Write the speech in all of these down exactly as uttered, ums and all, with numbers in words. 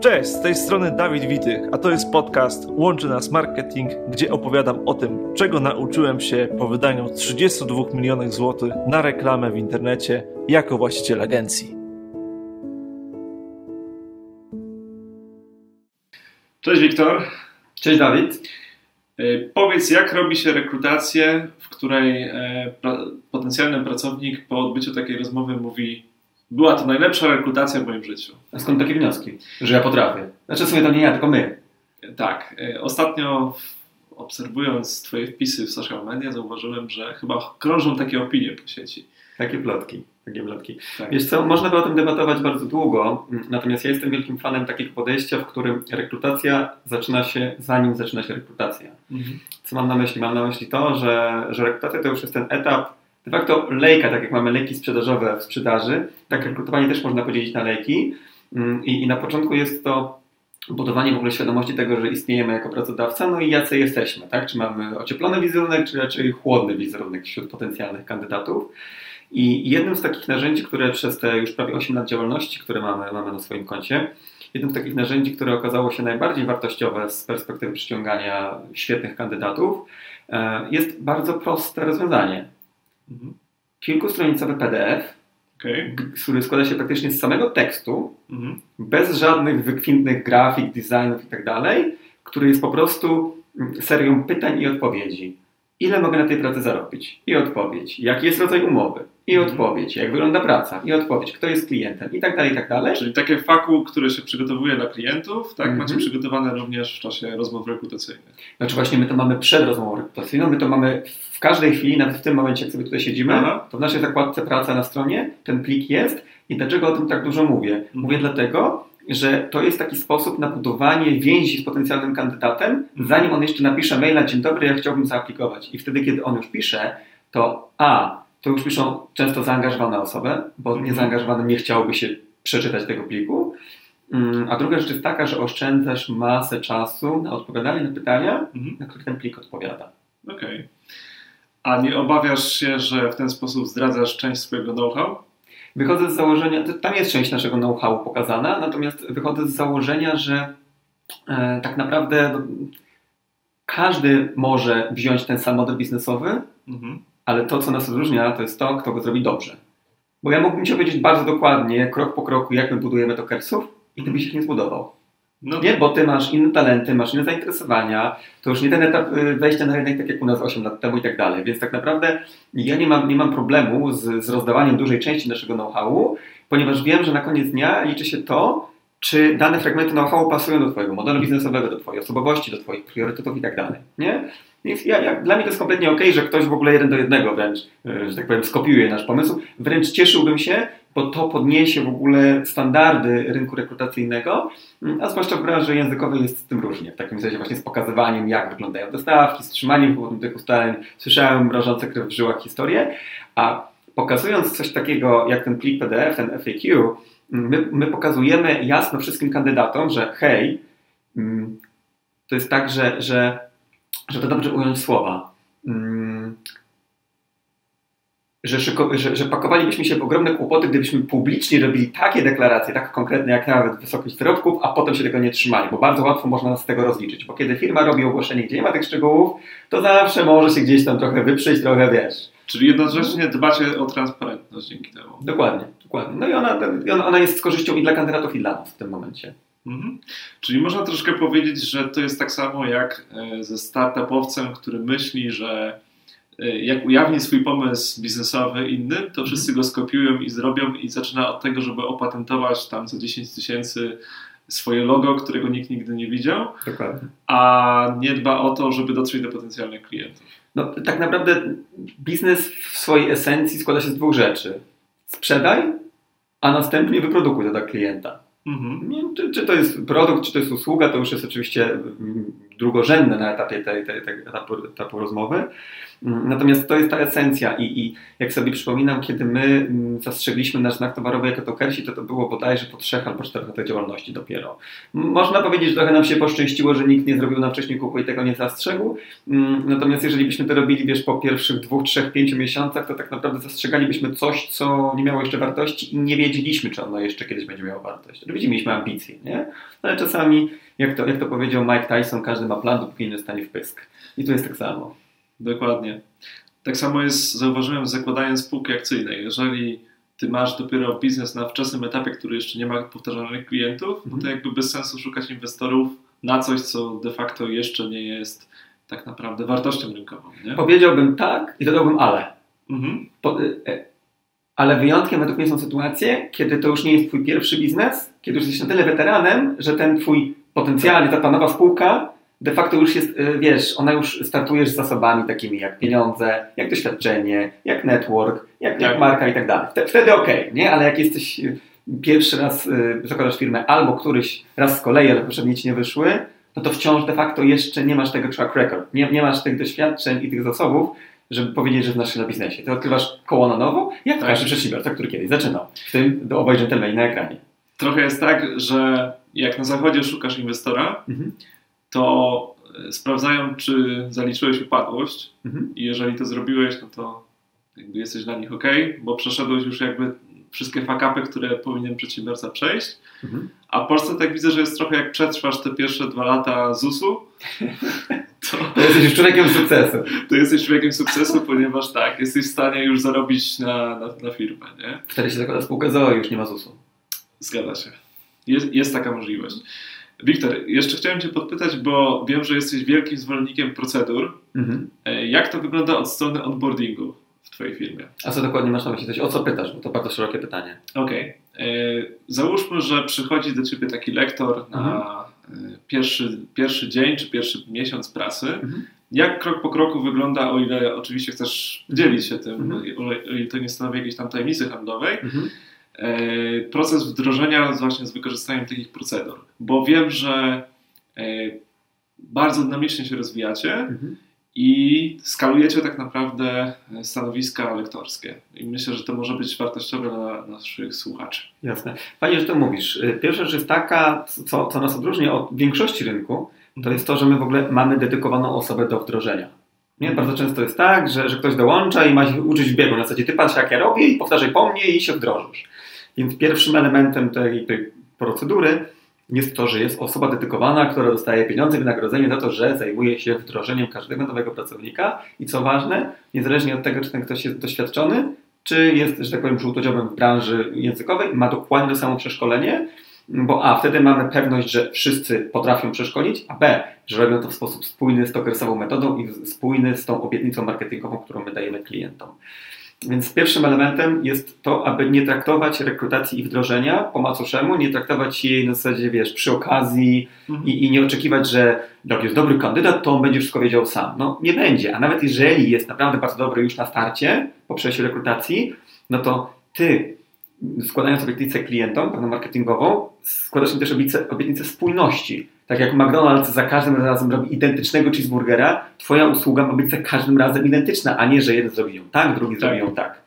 Cześć, z tej strony Dawid Witych, a to jest podcast Łączy Nas Marketing, gdzie opowiadam o tym, czego nauczyłem się po wydaniu trzydziestu dwóch milionów złotych na reklamę w internecie jako właściciel agencji. Cześć Wiktor. Cześć Dawid. Powiedz, jak robi się rekrutację, w której pra- potencjalny pracownik po odbyciu takiej rozmowy mówi: była to najlepsza rekrutacja w moim życiu. A skąd takie wnioski? Że ja potrafię. Znaczy w sumie to nie ja, tylko my. Tak. Ostatnio obserwując Twoje wpisy w social media zauważyłem, że chyba krążą takie opinie po sieci. Takie plotki. Takie plotki. Tak. Wiesz co, można by o tym debatować bardzo długo, natomiast ja jestem wielkim fanem takiego podejścia, w którym rekrutacja zaczyna się zanim zaczyna się rekrutacja. Mhm. Co mam na myśli? Mam na myśli to, że, że rekrutacja to już jest ten etap de facto lejka, tak jak mamy lejki sprzedażowe w sprzedaży, tak rekrutowanie też można podzielić na lejki i, i na początku jest to budowanie w ogóle świadomości tego, że istniejemy jako pracodawca, no i jacy jesteśmy, tak? Czy mamy ocieplony wizerunek, czy raczej chłodny wizerunek wśród potencjalnych kandydatów. I jednym z takich narzędzi, które przez te już prawie osiem lat działalności, które mamy, mamy na swoim koncie, jednym z takich narzędzi, które okazało się najbardziej wartościowe z perspektywy przyciągania świetnych kandydatów, jest bardzo proste rozwiązanie. Mhm. Kilkustronicowy P D F, okay. który składa się praktycznie z samego tekstu, mhm. bez żadnych wykwintnych grafik, designów i tak dalej, który jest po prostu serią pytań i odpowiedzi. Ile mogę na tej pracy zarobić? I odpowiedź. Jaki jest rodzaj umowy? I mhm. odpowiedź. Jak wygląda praca? I odpowiedź. Kto jest klientem? I tak dalej, i tak dalej. Czyli takie faku, które się przygotowuje dla klientów, tak? Mhm. Macie przygotowane również w czasie rozmów rekrutacyjnych. Znaczy właśnie my to mamy przed rozmową rekrutacyjną, my to mamy w każdej chwili, nawet w tym momencie, jak sobie tutaj siedzimy, Aha. to w naszej zakładce praca na stronie ten plik jest. I dlaczego o tym tak dużo mówię? Mhm. Mówię dlatego, że to jest taki sposób na budowanie więzi z potencjalnym kandydatem, zanim on jeszcze napisze maila: dzień dobry, ja chciałbym zaaplikować. I wtedy, kiedy on już pisze, to a, to już piszą często zaangażowane osoby, bo niezaangażowany nie chciałby się przeczytać tego pliku. A druga rzecz jest taka, że oszczędzasz masę czasu na odpowiadanie na pytania, mhm. na które ten plik odpowiada. Okej. Okay. A nie obawiasz się, że w ten sposób zdradzasz część swojego know-how? Wychodzę z założenia, tam jest część naszego know-how pokazana, natomiast wychodzę z założenia, że e, tak naprawdę no, każdy może wziąć ten sam model biznesowy, mhm. ale to, co nas odróżnia, to jest to, kto go zrobi dobrze. Bo ja mógłbym Ci powiedzieć bardzo dokładnie, krok po kroku, jak my budujemy tokersów i Ty byś ich nie zbudował. No. Nie, bo Ty masz inne talenty, masz inne zainteresowania, to już nie ten etap wejścia na rynek, tak jak u nas osiem lat temu i tak dalej. Więc tak naprawdę ja nie mam, nie mam problemu z, z rozdawaniem dużej części naszego know-howu, ponieważ wiem, że na koniec dnia liczy się to, czy dane fragmenty know-howu pasują do Twojego modelu biznesowego, do Twojej osobowości, do Twoich priorytetów i tak dalej. Nie? Więc ja, ja, dla mnie to jest kompletnie okej, że ktoś w ogóle jeden do jednego wręcz, że tak powiem, skopiuje nasz pomysł. Wręcz cieszyłbym się, bo to podniesie w ogóle standardy rynku rekrutacyjnego, a zwłaszcza w branży językowej jest z tym różnie. W takim sensie właśnie z pokazywaniem, jak wyglądają dostawki, z trzymaniem powodem tych ustaleń. Słyszałem mrożące krew w żyłach historię, a pokazując coś takiego jak ten plik P D F, ten F A Q, my, my pokazujemy jasno wszystkim kandydatom, że hej, to jest tak, że, że, że to dobrze ująć słowa. Że, szyko, że, że pakowalibyśmy się w ogromne kłopoty, gdybyśmy publicznie robili takie deklaracje, tak konkretne jak nawet wysokość zarobków, a potem się tego nie trzymali, bo bardzo łatwo można nas z tego rozliczyć, bo kiedy firma robi ogłoszenie, gdzie nie ma tych szczegółów, to zawsze może się gdzieś tam trochę wyprzeć, trochę wiesz. Czyli jednocześnie dbacie o transparentność dzięki temu. Dokładnie, dokładnie. No i ona, ona jest z korzyścią i dla kandydatów, i dla nas w tym momencie. Mhm. Czyli można troszkę powiedzieć, że to jest tak samo jak ze startupowcem, który myśli, że jak ujawni swój pomysł biznesowy innym, to wszyscy go skopiują i zrobią i zaczyna od tego, żeby opatentować tam za dziesięć tysięcy swoje logo, którego nikt nigdy nie widział, Dokładnie. A nie dba o to, żeby dotrzeć do potencjalnych klientów. No tak naprawdę biznes w swojej esencji składa się z dwóch rzeczy. Sprzedaj, a następnie wyprodukuj to dla klienta. Mhm. Czy, czy to jest produkt, czy to jest usługa, to już jest oczywiście drugorzędne na etapie tej, tej, tej etapu, etapu rozmowy. Natomiast to jest ta esencja i, i jak sobie przypominam, kiedy my zastrzegliśmy nasz znak towarowy jako tokersi, to to było bodajże po trzech albo czterech latach działalności dopiero. Można powiedzieć, że trochę nam się poszczęściło, że nikt nie zrobił nam wcześniej kółko i tego nie zastrzegł. Natomiast jeżeli byśmy to robili, wiesz, po pierwszych dwóch, trzech, pięciu miesiącach, to tak naprawdę zastrzegalibyśmy coś, co nie miało jeszcze wartości i nie wiedzieliśmy, czy ono jeszcze kiedyś będzie miało wartość. Oczywiście mieliśmy ambicje, nie? Ale czasami, jak to, jak to powiedział Mike Tyson, każdy ma plan, dopóki nie stanie w pysk. I tu jest tak samo. Dokładnie. Tak samo jest, zauważyłem, z zakładaniem spółki akcyjnej. Jeżeli ty masz dopiero biznes na wczesnym etapie, który jeszcze nie ma powtarzalnych klientów, no to jakby bez sensu szukać inwestorów na coś, co de facto jeszcze nie jest tak naprawdę wartością rynkową. Nie? Powiedziałbym tak i dodałbym ale. Mhm. Po, ale wyjątkiem według mnie są sytuacje, kiedy to już nie jest twój pierwszy biznes, kiedy już jesteś na tyle weteranem, że ten twój potencjalnie, ta, ta nowa spółka de facto już jest, wiesz, ona już startujesz z zasobami takimi jak pieniądze, jak doświadczenie, jak network, jak, jak marka i tak dalej. Wtedy okej, okay, nie? Ale jak jesteś pierwszy raz, zakładasz firmę albo któryś raz z kolei, ale poprzednie ci nie wyszły, no to wciąż de facto jeszcze nie masz tego track record, nie, nie masz tych doświadczeń i tych zasobów, żeby powiedzieć, że znasz się na biznesie. Ty odkrywasz koło na nowo, jak tak. Każdy przedsiębiorca, który kiedyś zaczynał. W tym do obaj dżentelmeni na ekranie. Trochę jest tak, że jak na zachodzie szukasz inwestora, mhm. to sprawdzają, czy zaliczyłeś upadłość mhm. i jeżeli to zrobiłeś, no to jakby jesteś dla nich ok, bo przeszedłeś już jakby wszystkie fuck-upy, które powinien przedsiębiorca przejść, mhm. a w Polsce tak widzę, że jest trochę jak przetrwasz te pierwsze dwa lata zusu, to, to jesteś już człowiekiem sukcesu. To jesteś człowiekiem sukcesu, ponieważ tak, jesteś w stanie już zarobić na, na, na firmę, nie? Wtedy się zakłada spółkę z o o i już nie ma zusu. Zgadza się. Jest, jest taka możliwość. Wiktor, jeszcze chciałem Cię podpytać, bo wiem, że jesteś wielkim zwolennikiem procedur. Mhm. Jak to wygląda od strony onboardingu w Twojej firmie? A co dokładnie masz na myśli? O co pytasz? Bo to bardzo szerokie pytanie. Okej. Okay. Załóżmy, że przychodzi do Ciebie taki lektor na mhm. pierwszy, pierwszy dzień czy pierwszy miesiąc pracy. Mhm. Jak krok po kroku wygląda, o ile oczywiście chcesz dzielić się tym, mhm. o ile to nie stanowi jakiejś tam tajemnicy handlowej, mhm. proces wdrożenia właśnie z wykorzystaniem takich procedur, bo wiem, że bardzo dynamicznie się rozwijacie mhm. i skalujecie tak naprawdę stanowiska lektorskie i myślę, że to może być wartościowe dla naszych słuchaczy. Jasne. Fajnie, że to mówisz. Pierwsza rzecz jest taka, co, co nas odróżnia od większości rynku, to jest to, że my w ogóle mamy dedykowaną osobę do wdrożenia. Nie? Bardzo często jest tak, że, że ktoś dołącza i ma się uczyć w biegu. Na zasadzie ty patrz jak ja robię i powtarzaj po mnie i się wdrożysz. Więc pierwszym elementem tej, tej procedury jest to, że jest osoba dedykowana, która dostaje pieniądze, wynagrodzenie za to, że zajmuje się wdrożeniem każdego nowego pracownika i co ważne, niezależnie od tego, czy ten ktoś jest doświadczony, czy jest, że tak powiem, żółtodziobem w branży językowej, ma dokładnie to samo przeszkolenie, bo a, wtedy mamy pewność, że wszyscy potrafią przeszkolić, a b, że robią to w sposób spójny z tokersową metodą i spójny z tą obietnicą marketingową, którą my dajemy klientom. Więc pierwszym elementem jest to, aby nie traktować rekrutacji i wdrożenia po macoszemu, nie traktować jej na zasadzie, wiesz, przy okazji mhm. i, i nie oczekiwać, że jak jest dobry kandydat, to on będzie wszystko wiedział sam. No nie będzie, a nawet jeżeli jest naprawdę bardzo dobry już na starcie, po przejściu rekrutacji, no to ty, składając obietnicę klientom, pewną marketingową, składasz im też obietnicę, obietnicę spójności. Tak jak McDonald's za każdym razem robi identycznego cheeseburgera, twoja usługa ma być za każdym razem identyczna, a nie, że jeden zrobi ją tak, drugi tak. zrobi ją tak.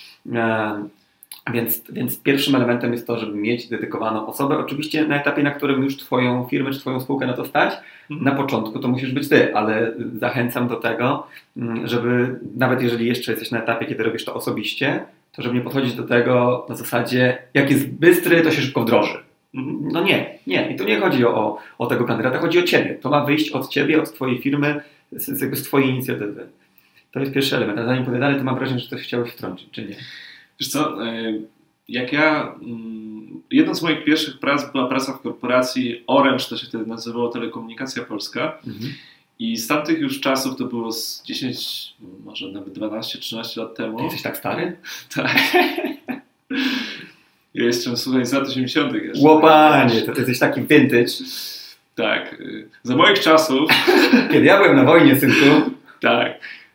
E, więc, więc pierwszym elementem jest to, żeby mieć dedykowaną osobę. Oczywiście na etapie, na którym już twoją firmę czy twoją spółkę na to stać, mhm. na początku to musisz być ty, ale zachęcam do tego, żeby nawet jeżeli jeszcze jesteś na etapie, kiedy robisz to osobiście, to żeby nie podchodzić do tego na zasadzie, jak jest bystry, to się szybko wdroży. No nie, nie. I tu nie chodzi o, o tego kandydata, chodzi o ciebie. To ma wyjść od ciebie, od twojej firmy, z, jakby z twojej inicjatywy. To jest pierwszy element. A zanim pójdę dalej, to mam wrażenie, że ktoś chciałeś wtrącić, czy nie? Wiesz co, jak ja... Jedną z moich pierwszych prac była praca w korporacji Orange, to się wtedy nazywało Telekomunikacja Polska. Mhm. I z tamtych już czasów, to było z dziesięć, może nawet dwanaście trzynaście lat temu. Ty jesteś tak stary? Tak. Ja jestem, słuchaj, z lat osiemdziesiątych jeszcze. Łopanie, to ty jesteś taki vintage. Tak. Za moich czasów... Kiedy ja byłem na wojnie, synku. Tak.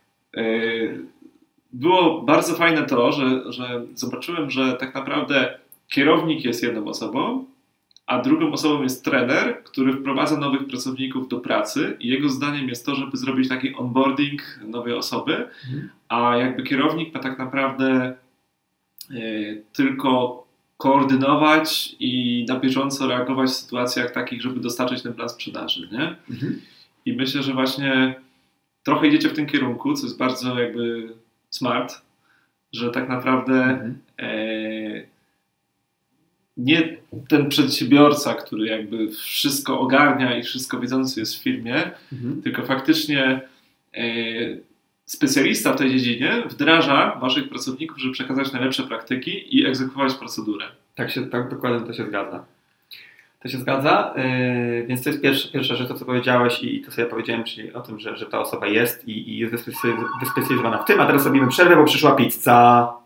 Było bardzo fajne to, że, że zobaczyłem, że tak naprawdę kierownik jest jedną osobą, a drugą osobą jest trener, który wprowadza nowych pracowników do pracy i jego zdaniem jest to, żeby zrobić taki onboarding nowej osoby, mhm. a jakby kierownik ma tak naprawdę y, tylko koordynować i na bieżąco reagować w sytuacjach takich, żeby dostarczyć ten plan sprzedaży, nie? Mhm. I myślę, że właśnie trochę idziecie w tym kierunku, co jest bardzo jakby smart, że tak naprawdę mhm. e, nie ten przedsiębiorca, który jakby wszystko ogarnia i wszystko wiedzący jest w firmie, mhm. tylko faktycznie e, specjalista w tej dziedzinie wdraża waszych pracowników, żeby przekazać najlepsze praktyki i egzekwować procedurę. Tak się, tak dokładnie to się zgadza. To się zgadza, yy, więc to jest pierwsza, pierwsza rzecz, to co powiedziałeś i, i to co ja powiedziałem, czyli o tym, że, że ta osoba jest i, i jest wyspecjalizowana w tym, a teraz robimy przerwę, bo przyszła pizza.